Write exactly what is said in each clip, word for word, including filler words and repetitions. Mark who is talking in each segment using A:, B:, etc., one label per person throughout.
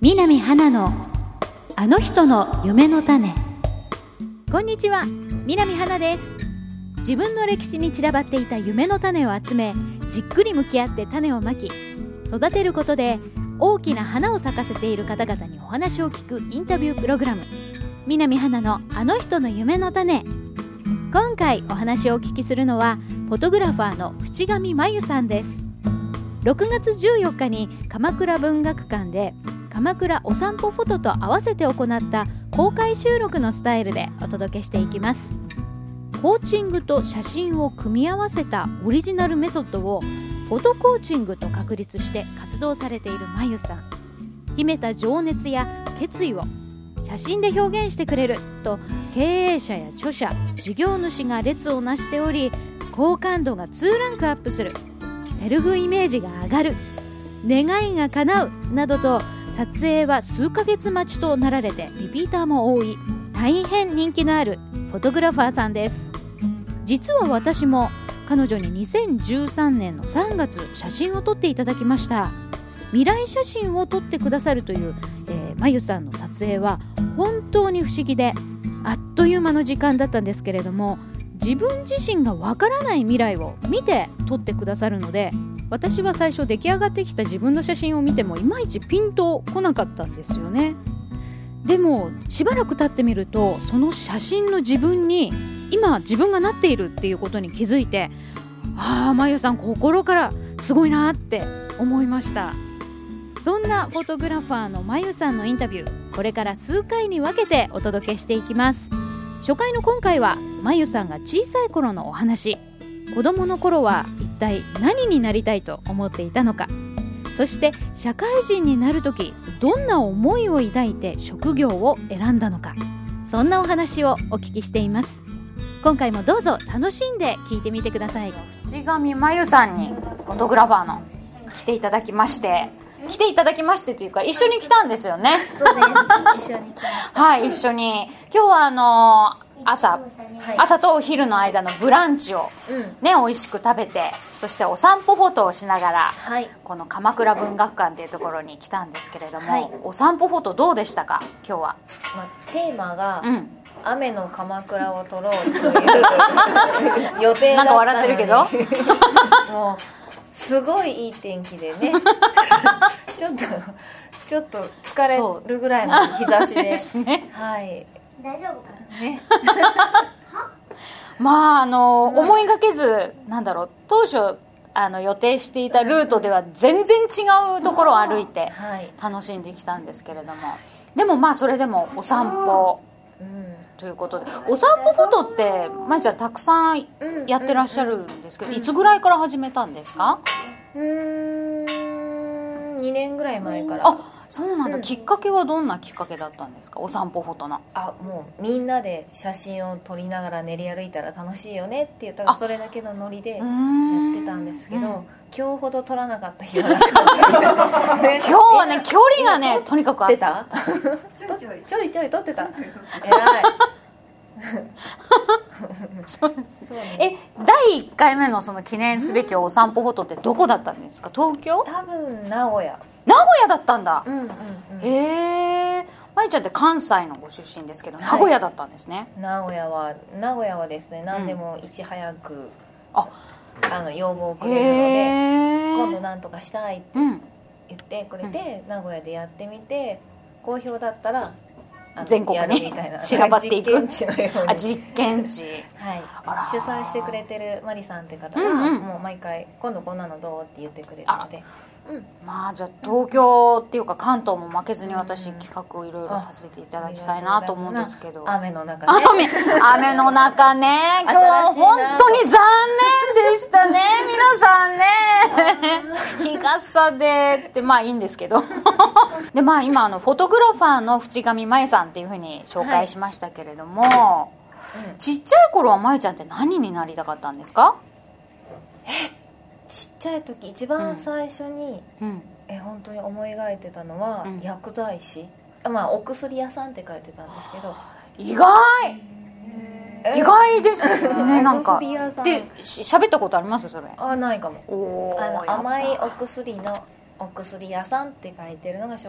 A: 南花のあの人の夢の種。こんにちは、南花です。自分の歴史に散らばっていた夢の種を集め、じっくり向き合って種をまき育てることで大きな花を咲かせている方々にお話を聞くインタビュープログラム、南花のあの人の夢の種。今回お話をお聞きするのはフォトグラファーの淵上真由さんです。ろくがつじゅうよっかに鎌倉文学館で鎌倉お散歩フォトと合わせて行った公開収録のスタイルでお届けしていきます。コーチングと写真を組み合わせたオリジナルメソッドをフォトコーチングと確立して活動されている真由さん。秘めた情熱や決意を写真で表現してくれると経営者や著者、事業主が列をなしており、好感度がにランクアップする、セルフイメージが上がる、願いが叶うなどと撮影は数ヶ月待ちとなられてリピーターも多い大変人気のあるフォトグラファーさんです。実は私も彼女ににせんじゅうさんねんのさんがつ写真を撮っていただきました。未来写真を撮ってくださるという、えー、真由さんの撮影は本当に不思議で、あっという間の時間だったんですけれども、自分自身がわからない未来を見て撮ってくださるので、私は最初出来上がってきた自分の写真を見てもいまいちピンとこなかったんですよね。でもしばらく経ってみると、その写真の自分に今自分がなっているっていうことに気づいて、ああ真由さん心からすごいなって思いました。そんなフォトグラファーの真由さんのインタビュー、これから数回に分けてお届けしていきます。初回の今回は真由さんが小さい頃のお話、子供の頃は一体何になりたいと思っていたのか、そして社会人になるときどんな思いを抱いて職業を選んだのか、そんなお話をお聞きしています。今回もどうぞ楽しんで聞いてみてください。淵上真由さんにフォトグラファーの来ていただきまして来ていただきましてというか一緒に来たんですよね。
B: そうです、一緒に来ました。
A: はい、一緒に今日はあの朝、はい、朝とお昼の間のブランチを、ね、うん、美味しく食べて、そしてお散歩フォトをしながら、はい、この鎌倉文学館というところに来たんですけれども、はい、お散歩フォトどうでしたか今日は。
B: まあ、テーマが、うん、雨の鎌倉を撮ろうという予定だったのに
A: なんか笑ってるけど
B: もうすごいいい天気でねちょっとちょっと疲れるぐらいの日差しでですね、はい、大丈夫かなね
A: まああの、うん、思いがけず、なんだろう、当初あの予定していたルートでは全然違うところを歩いて楽しんできたんですけれども、でもまあそれでもお散歩、うん、ということで、お散歩フォトってまいちゃんたくさんやってらっしゃるんですけど、いつぐらいから始めたんですか？
B: うーんにねんぐらい前から。
A: あ、そうなんだ、うん、きっかけはどんなきっかけだったんですか？お散歩フォトの。
B: あ、もうみんなで写真を撮りながら練り歩いたら楽しいよねって言ったら、それだけのノリでやってたんですけど、うん、今日ほど撮らなかった日はなかった今日
A: はね、距離がねとにかくあった。
B: ちょいちょい撮ってた。偉い
A: そうですね。え、だいいっかいめのその記念すべきお散歩フォトってどこだったんですか？東京？
B: 多分名古屋。
A: 名古屋だったんだ。
B: うんうんうん、
A: へえ。まいちゃんって関西のご出身ですけど、はい、名古屋だったんですね。
B: 名古屋は名古屋はですね、何でもいち早く、うん、ああの要望をくれるので、今度なんとかしたいって言ってくれて、うん、名古屋でやってみて好評だったら
A: 全国に散らばっていく
B: 実験地のように。
A: あ、実験地、
B: はい、主催してくれてるマリさんって方が、うんうん、もう毎回今度こんなのどうって言ってくれるので、うん、
A: まあじゃあ東京っていうか関東も負けずに私企画をいろいろさせていただきたいなと思うんですけど、
B: 雨の中ね
A: 雨, 雨の中ね今日は本当に残念でしたね皆さんね日傘でってまあいいんですけどでまあ今あのフォトグラファーの淵上真由さんっていうふうに紹介しましたけれども、はい、うん、ちっちゃい頃は真由ちゃんって何になりたかったんですか？
B: えちっちゃい時一番最初に、うん、え本当に思い描いてたのは、うん、薬剤師、まあお薬屋さんって書いてたんですけど、
A: 意外意外ですよねなんかで喋ったことありますそれ？
B: あ、ないかも。あの甘いお薬のお薬屋さんって書いてるのが小学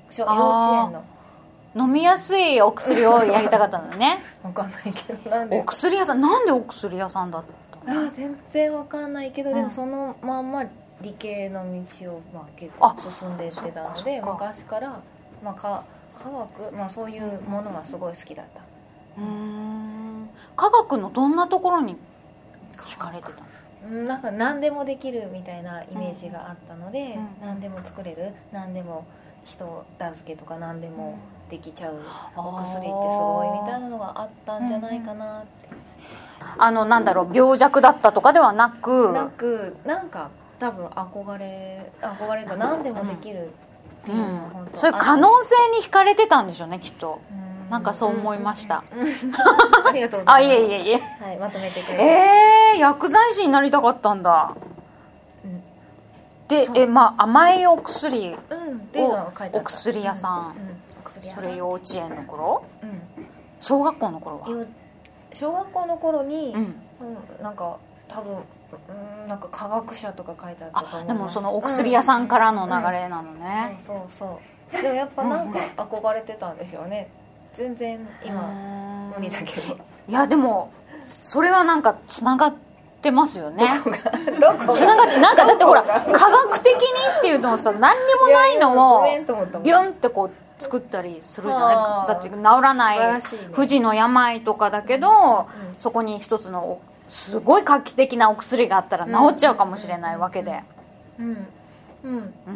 B: 幼稚園の
C: 飲みやすいお薬をやりたかったのね
B: 分かんないけど、なんで
C: お薬屋さん、なんでお薬屋さんだったの？
B: あ全然分かんないけど、うん、でもそのまんま理系の道をまあ結構進んでいってたので、昔から、まあ、か科学、まあ、そういうものはすごい好きだった。
C: うーん、科学のどんなところに惹かれてたの？
B: なんか何でもできるみたいなイメージがあったので、うん、何でも作れる、何でも人助けとか何でもできちゃうお薬ってすごいみたいなのがあったんじゃないかなって。
C: あのなんだろう、病弱だったとかではなく
B: なくなんか多分憧れ憧れが何でもできるっていうのは本当、
C: うん、そういう可能性に惹かれてたんでしょうね、きっと。んなんかそう思いました、
B: うんうんうん、ありがとうございます。あ、いえいえいえ、はい、まとめてくれて。
C: えー、薬剤師になりたかったんだ、うん、でえ、まあ、甘いお薬を、うん、お薬屋さん、うんうん、それ幼稚園の頃、うん、小学校の頃は
B: 小学校の頃に、うんうん、なんか多分うんなんか科学者とか書いてあったと思います。
C: でもそのお薬屋さんからの流れなのね、
B: うんうん、そうそうそう。でもやっぱなんか憧れてたんでしょうね。全然今無理だけど。
C: いやでもそれはなんかつながってますよね。
B: どこがどこが
C: つながって、なんかだってほら科学的にっていうのもさ、何にもないのをビュンってこう作ったりするじゃない。だって治らない不治の病とかだけど、うんうん、そこに一つのすごい画期的なお薬があったら治っちゃうかもしれないわけで、
B: うんうんうんうん、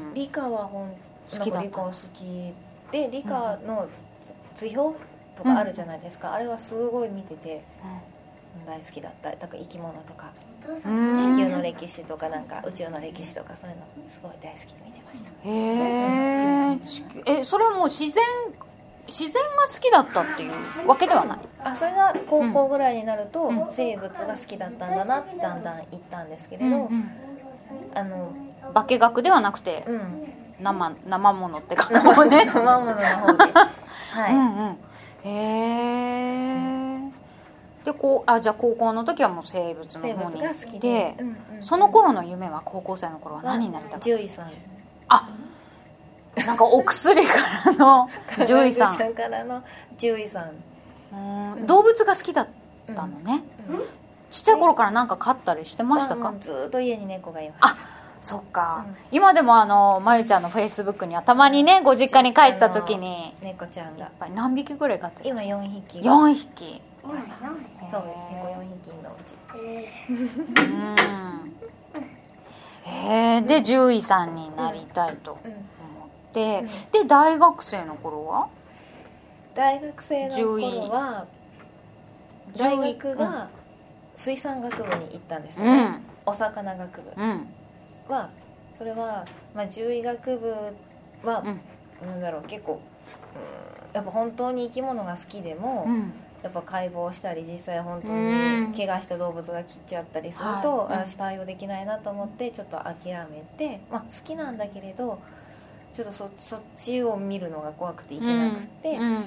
B: 理科は本好きだった。理科は好きで、理科の図表とかあるじゃないですか、うん、あれはすごい見てて、うん、大好きだった。だから生き物とか地球の歴史とかなんか宇宙の歴史とかそういうのすごい大好きで見てました。
C: へえ。え、それはもう自然自然が好きだったっていうわけではない？
B: あ、それが高校ぐらいになると、うん、生物が好きだったんだなってだんだん言ったんですけれど、うんうん、あの
C: 化学ではなくて、うん、生生ものってかもね
B: 生ものの方ではい、うんうん、
C: へえ。でこうあじゃあ高校の時はもう生物の方に
B: 生物が好きで、うんうんうん、
C: その頃の夢は高校生の頃は何になりたかった？
B: 獣医さん。
C: あ、なんかお薬からの獣医さん
B: からの獣医さん。
C: うん、動物が好きだったのね、うんうん、ちっちゃい頃からなんか飼ったりしてましたか？
B: ずっと家に猫がいました。
C: あ、そっか、うん、今でもあのまゆちゃんのフェイスブックにはたまにね、ご実家に帰った時に
B: 猫ちゃんが
C: 何匹ぐらい飼ってる？
B: 今よんひき。
C: よんひき。
B: そう、猫よんひきのうち。
C: うん、へえ。で獣医さんになりたいと思って、うんうん、で大学生の頃は？
B: 大学生の頃は大学が水産学部に行ったんですよね、うん、お魚学部は、うん、それは、まあ、獣医学部は、うん、なんだろう、結構、うん、やっぱ本当に生き物が好きでも、うん、やっぱ解剖したり実際本当に怪我した動物が切っちゃったりすると、うん、私対応できないなと思ってちょっと諦めて、まあ、好きなんだけれどちょっと そ, そっちを見るのが怖くていけなくて、うんうん、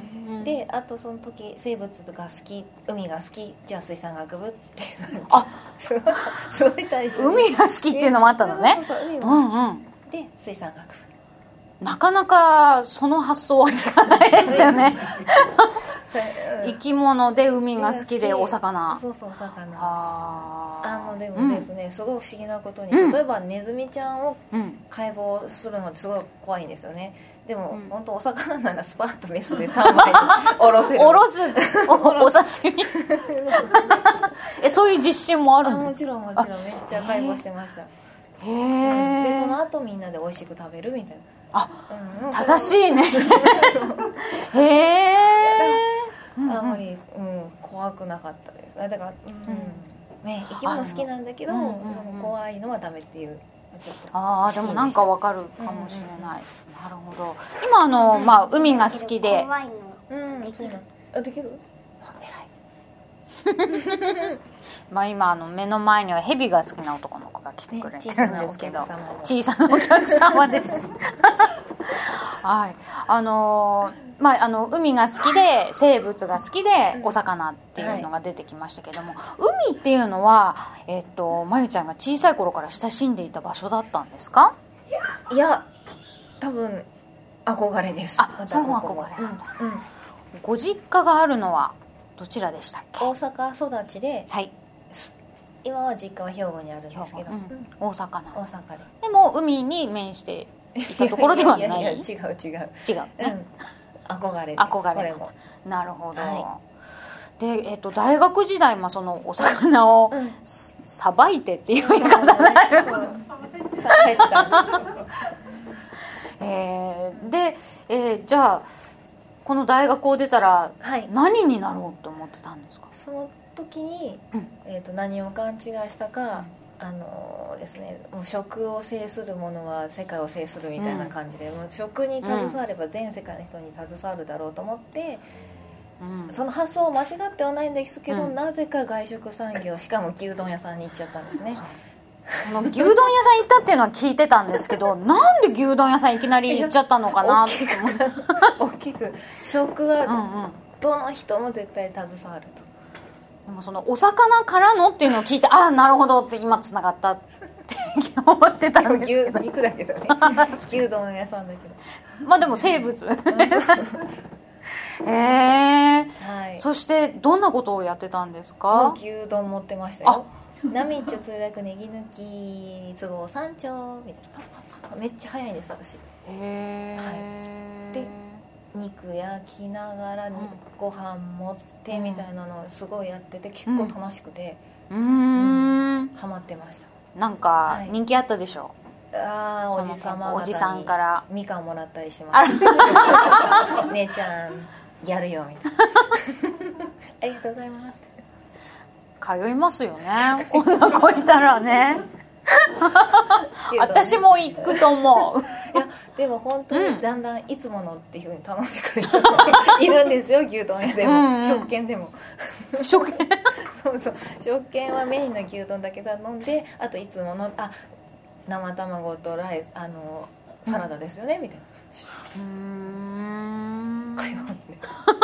B: であとその時生物が好き、海が好き、じゃあ水産学部ってなって、あすごいすごい大事。
C: 海が好きっていうのもあったのね。
B: 海も好き、うんうん、で水産学部。
C: なかなかその発想はいかないですよね生き物で海が好きでお魚。
B: そうそうお魚。ああのでもですね、うん、すごい不思議なことに、うん、例えばネズミちゃんを解剖するのってすごい怖いんですよね。でも、うん、本当お魚ならスパッとメスでさんまいおろせる。
C: おろす お, お刺身え、そういう実習もあるんですか？
B: もちろんもちろんめっちゃ解剖してました。へえ、うん、でその後みんなで美味しく食べるみたいな。
C: あ、うん、正しいねへえ。
B: あんまり、うん、怖くなかったです。だから、うんね、生き物好きなんだけど、うんうんうん、怖いのはダメっていう。ちょっと
C: ああ、でもなんかわかるかもしれない、うんうん、なるほど。今あの、まあ、海が好きで
B: 怖いの、うん、できる。あ、できる？
C: 偉いまあ今あの目の前にはヘビが好きな男の子が来てくれてるんですけど、ね、小さなお客様ですはい、あのー、まああの海が好きで生物が好きでお魚っていうのが出てきましたけども、うん、はい、海っていうのはえっとまゆちゃんが小さい頃から親しんでいた場所だったんですか？
B: いや多分憧れです。
C: あ、その憧れなんだ、うんうん、ご実家があるのはどちらでしたっけ？
B: 大阪育ちで、
C: はい、
B: 今は実家は兵庫にあるんですけど、うん、
C: 大阪な
B: 大阪で。
C: でも海に面していたところではない。いやいや
B: 違う違う違う
C: 違う、ね、
B: うん、憧れです。
C: 憧れ
B: これも
C: なるほど、
B: はい、
C: で、えっと、大学時代、まあ、そのお魚をさば、うん、いてっていう言い方になる、えー、で、えー、じゃあこの大学を出たら何になろうと思ってたんですか？
B: はい、その時に、うん、えー、と何を勘違いしたか、うん、あのー、ですね、もう食を制するものは世界を制するみたいな感じで、うん、もう食に携われば全世界の人に携わるだろうと思って、うん、その発想は間違ってはないんですけど、うん、なぜか外食産業、しかも牛丼屋さんに行っちゃったんですね。
C: その牛丼屋さん行ったっていうのは聞いてたんですけど、なんで牛丼屋さんいきなり行っちゃったのかなって思って
B: 大きく食はどの人も絶対携わると。
C: でもそのお魚からのっていうのを聞いて、ああなるほどって今つながったって思ってたんですけど、
B: 肉だけどね牛丼屋さんだけど、
C: まあでも生物えーはい、そしてどんなことをやってたんですか？
B: 牛丼持ってましたよ。波一丁つゆだくネギ抜き都合三丁みたいな、めっちゃ早いんです私。
C: へー、
B: はい、で肉焼きながらご飯持ってみたいなのをすごいやってて、結構楽しくて、
C: うん、うん、
B: ハマってました。
C: なんか人気あったでしょ？
B: はい、ああ、おじさま
C: おじさんから
B: みかんもらったりします姉ちゃんやるよみたいなありがとうございます。
C: 通いますよねこんな子いたらね私も行くと思う
B: いやでも本当にだんだんいつものっていう風に頼んでくれる人いるんですよ牛丼屋でも、うんうん、食券でも
C: 食券
B: そうそう、食券はメインの牛丼だけ頼んで、あといつものあ生卵とライス、あのサラダですよね、うん、みたいな。うーん通うん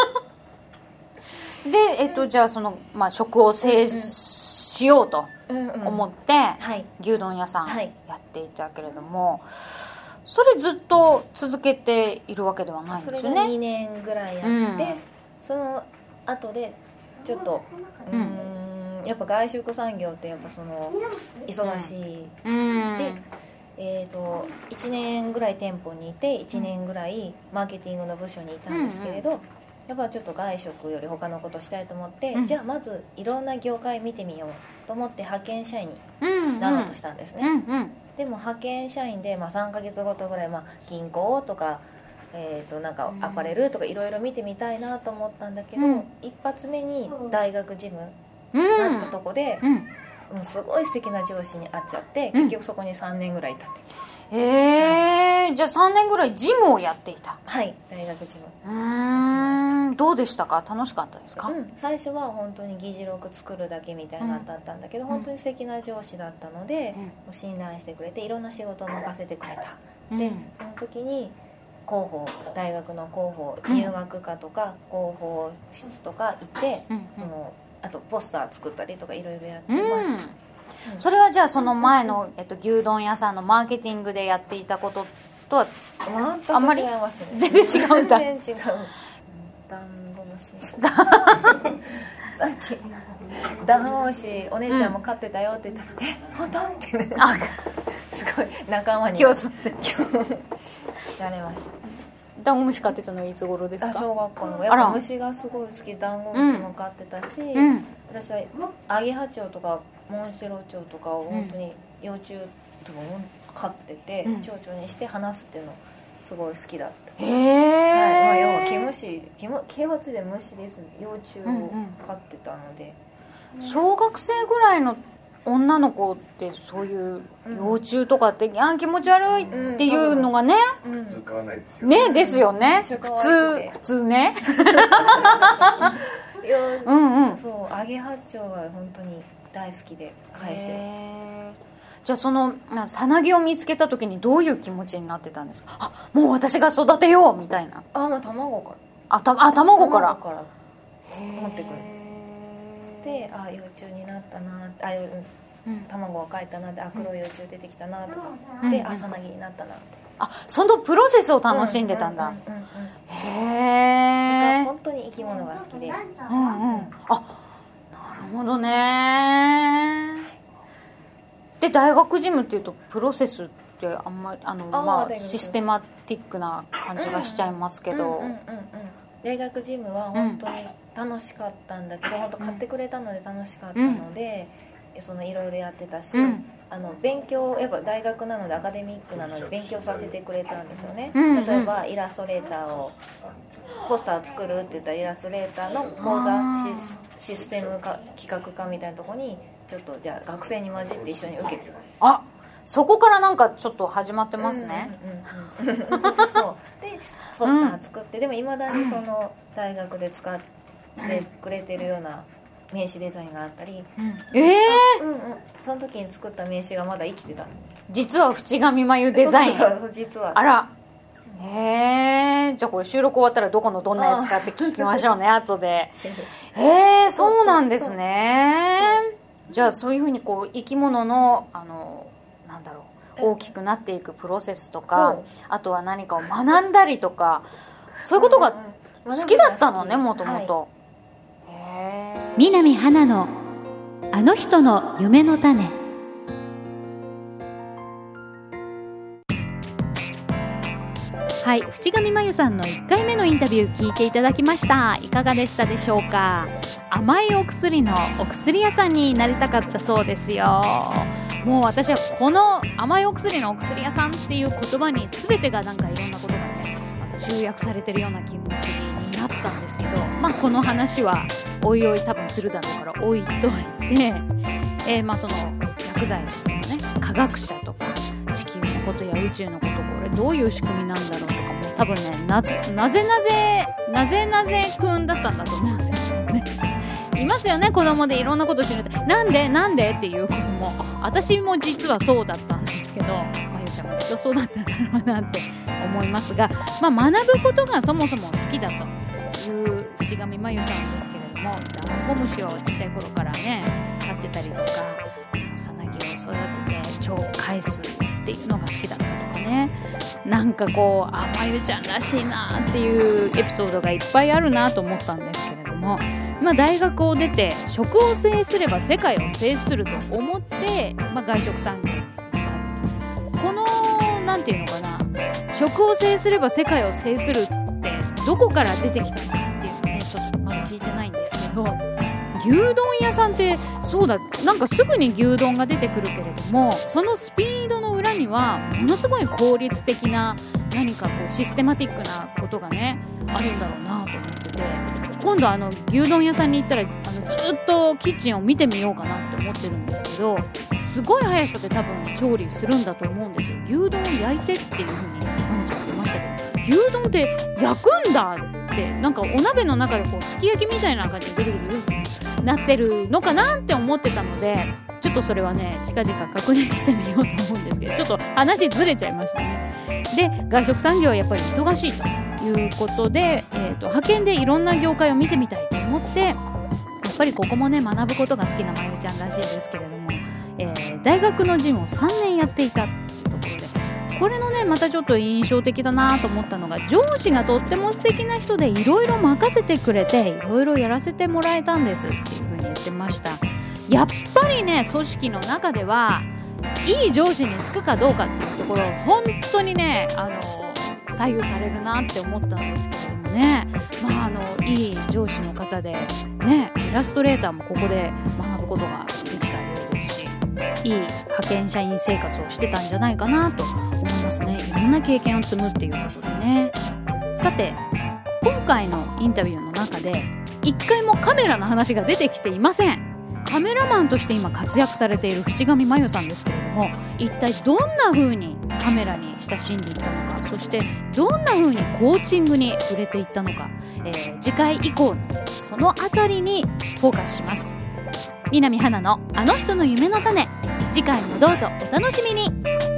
C: でで、えっと、じゃあその、まあ、食を制しようと思って、うんうんはい、牛丼屋さんやっていたけれども、はい、それずっと続けているわけではないんですよね。
B: それがにねんぐらいやって、うん、その後でちょっとうーん、うん、やっぱ外食産業ってやっぱその忙しい、うん、で、えー、といちねんぐらい店舗にいていちねんぐらいマーケティングの部署にいたんですけれど、うんうん、やっぱちょっと外食より他のことしたいと思って、うん、じゃあまずいろんな業界見てみようと思って派遣社員になろうとしたんですね、うんうん、でも派遣社員で、まあ、さんかげつごとぐらい、まあ、銀行とか、えー、となんかアパレルとかいろいろ見てみたいなと思ったんだけど、うん、一発目に大学事務になったとこで、うん、もうすごい素敵な上司に会っちゃって、結局そこにさんねんぐらいいたって。
C: へえ、はい、じゃあさんねんぐらい事務をやっていた。
B: はい、大学事務。
C: うーん、どうでしたか？楽しかったですか？
B: うん、最初は本当に議事録作るだけみたいなのだったんだけど、うん、本当に素敵な上司だったので、うん、もう信頼してくれていろんな仕事を任せてくれた、うん、でその時に広報、大学の広報、入学科とか広報室とか行って、うん、そのあとポスター作ったりとかいろいろやってました、うん
C: うん、それはじゃあその前の、えっと、牛丼屋さんのマーケティングでやっていたこととは
B: あんまり違いますね。
C: 全然違うんだ。
B: 全然違う。ダンゴムシさっきダンゴムシお姉ちゃんも飼ってたよって言ったら、うん、え本当ってね、あすごい仲間に
C: 気をつって
B: やれました。
C: ダンゴムシ飼ってたのはいつ頃ですか？
B: 小学校のやっぱ虫がすごい好き、ダンゴムシも飼ってたし、うん、私はアゲハチョウとかモンシロチョウとかを本当に幼虫とか飼ってて、うん、蝶々にして話すっていうのすごい好きだった。
C: へえ、
B: はい、まあ、要は毛虫、毛はつで虫です。幼虫を飼ってたので、
C: うんうん、小学生ぐらいの女の子ってそういう幼虫とかって、うん、あ気持ち悪いっていうのがね、
D: うん、普通買わないですよ
C: ね。ですよね、普通普通ね
B: うんうん、そうアゲハチョウは本当に大好きで返してる。
C: じゃあそのさなぎを見つけた時にどういう気持ちになってたんですか？あもう私が育てようみたいな。
B: あもう卵から
C: あたあ卵から
B: 卵から持ってくるで、あ幼虫になったなあ、うん、卵がかえったなって、あ黒い幼虫出てきたなとか、うん、で、うん、あさなぎになったなって
C: あ、そのプロセスを楽しんでたんだ。へえ。
B: 本当に生き物が好きで、うんうん、
C: あ、なるほどね。で大学ジムっていうとプロセスってあんまりあのあ、まあ、システマティックな感じがしちゃいますけど、うんうんうんうん、
B: 大学ジムは本当に楽しかったんだけど、うん、本当買ってくれたので楽しかったので、うん、そのいろいろやってたし、うん、あの勉強やっぱ大学なのでアカデミックなので勉強させてくれたんですよね、うんうん、例えばイラストレーターをポスター作るって言ったらイラストレーターの講座 シ, システムか企画科みたいなところにちょっとじゃあ学生に混じって一緒に受けてる。
C: あ、そこからなんかちょっと始まってますね。
B: そうそうそうでポスター作って、うん、でもいまだにその大学で使ってくれてるような名刺デザインがあったり、
C: うん、え
B: ー、うんうん、その時に作った名刺がまだ生きてた。
C: 実は淵上真由デザイン。
B: そうそうそう、実は。
C: あら、へえ。じゃあこれ収録終わったらどこのどんなやつかって聞きましょうね後で。へえ、そうなんですね。じゃあそういうふうにこう生き物のあのなんだろう、大きくなっていくプロセスとか、うん、あとは何かを学んだりとか、そういうことが好きだったのね、もともと。
A: 南花のあの人の夢の種。はい、淵上真由さんのいっかいめのインタビュー聞いていただきました。いかがでしたでしょうか。甘いお薬のお薬屋さんになりたかったそうですよ。もう私はこの甘いお薬のお薬屋さんっていう言葉に全てがなんかいろんなことがね集約されてるような気持ちになったんですけど、まあこの話はおいおい多分するだろうから置いといて、えー、まあその薬剤師とかね、科学者とか地球のことや宇宙のこと、これどういう仕組みなんだろうとかも多分ね、なぜなぜなぜなぜなぜくんだったんだと思うんですよね。いますよね、子供でいろんなこと知るって、なんでなんでっていう子も、私も実はそうだったんですけど、まゆちゃんもきっとそうだったんだろうなって思いますが、まあ、学ぶことがそもそも好きだという淵上真由さんですけれども、ダンゴムシを小さい頃からね飼ってたりとか、さなぎを育てて蝶を返すっていうのが好きだったとかね、なんかこう、あ、まゆちゃんらしいなっていうエピソードがいっぱいあるなと思ったんですけれども、まあ、大学を出て食を制すれば世界を制すると思って、まあ、外食産業に行った。このなんていうのかな、食を制すれば世界を制するってどこから出てきたのかっていうのね、ちょっとまだ聞いてないんですけど、牛丼屋さんってそうだ、なんかすぐに牛丼が出てくるけれども、そのスピードの裏にはものすごい効率的な何かこうシステマティックなことがねあるんだろうなと思ってて、今度あの牛丼屋さんに行ったらあのずっとキッチンを見てみようかなって思ってるんですけど、すごい速さで多分調理するんだと思うんですよ。牛丼を焼いてっていう風にマネちゃん言ってましたけど、牛丼って焼くんだって、なんかお鍋の中でこうすき焼きみたいな感じでぐるぐるぐるぐるなってるのかなって思ってたので、ちょっとそれはね近々確認してみようと思うんですけど、ちょっと話ずれちゃいましたね。で、外食産業はやっぱり忙しいということで、えーと、派遣でいろんな業界を見てみたいと思って、やっぱりここもね学ぶことが好きなまゆちゃんらしいですけれども、えー、大学のジムをさんねんやっていたというところで、これのねまたちょっと印象的だなと思ったのが、上司がとっても素敵な人でいろいろ任せてくれていろいろやらせてもらえたんですっていうふうに言ってました。やっぱりね組織の中ではいい上司につくかどうかっていうところ本当にねあの左右されるなって思ったんですけれどもね、まああのいい上司の方でね、イラストレーターもここで学ぶことができたようですし、いい派遣社員生活をしてたんじゃないかなと思いますね。いろんな経験を積むっていうことでね。さて、今回のインタビューの中で一回もカメラの話が出てきていません。カメラマンとして今活躍されている淵上真由さんですけれども、一体どんな風にカメラに親しんでいったのか、そしてどんな風にコーチングに触れていったのか、えー、次回以降のそのあたりにフォーカスします。南花のあの人の夢の種、次回もどうぞお楽しみに。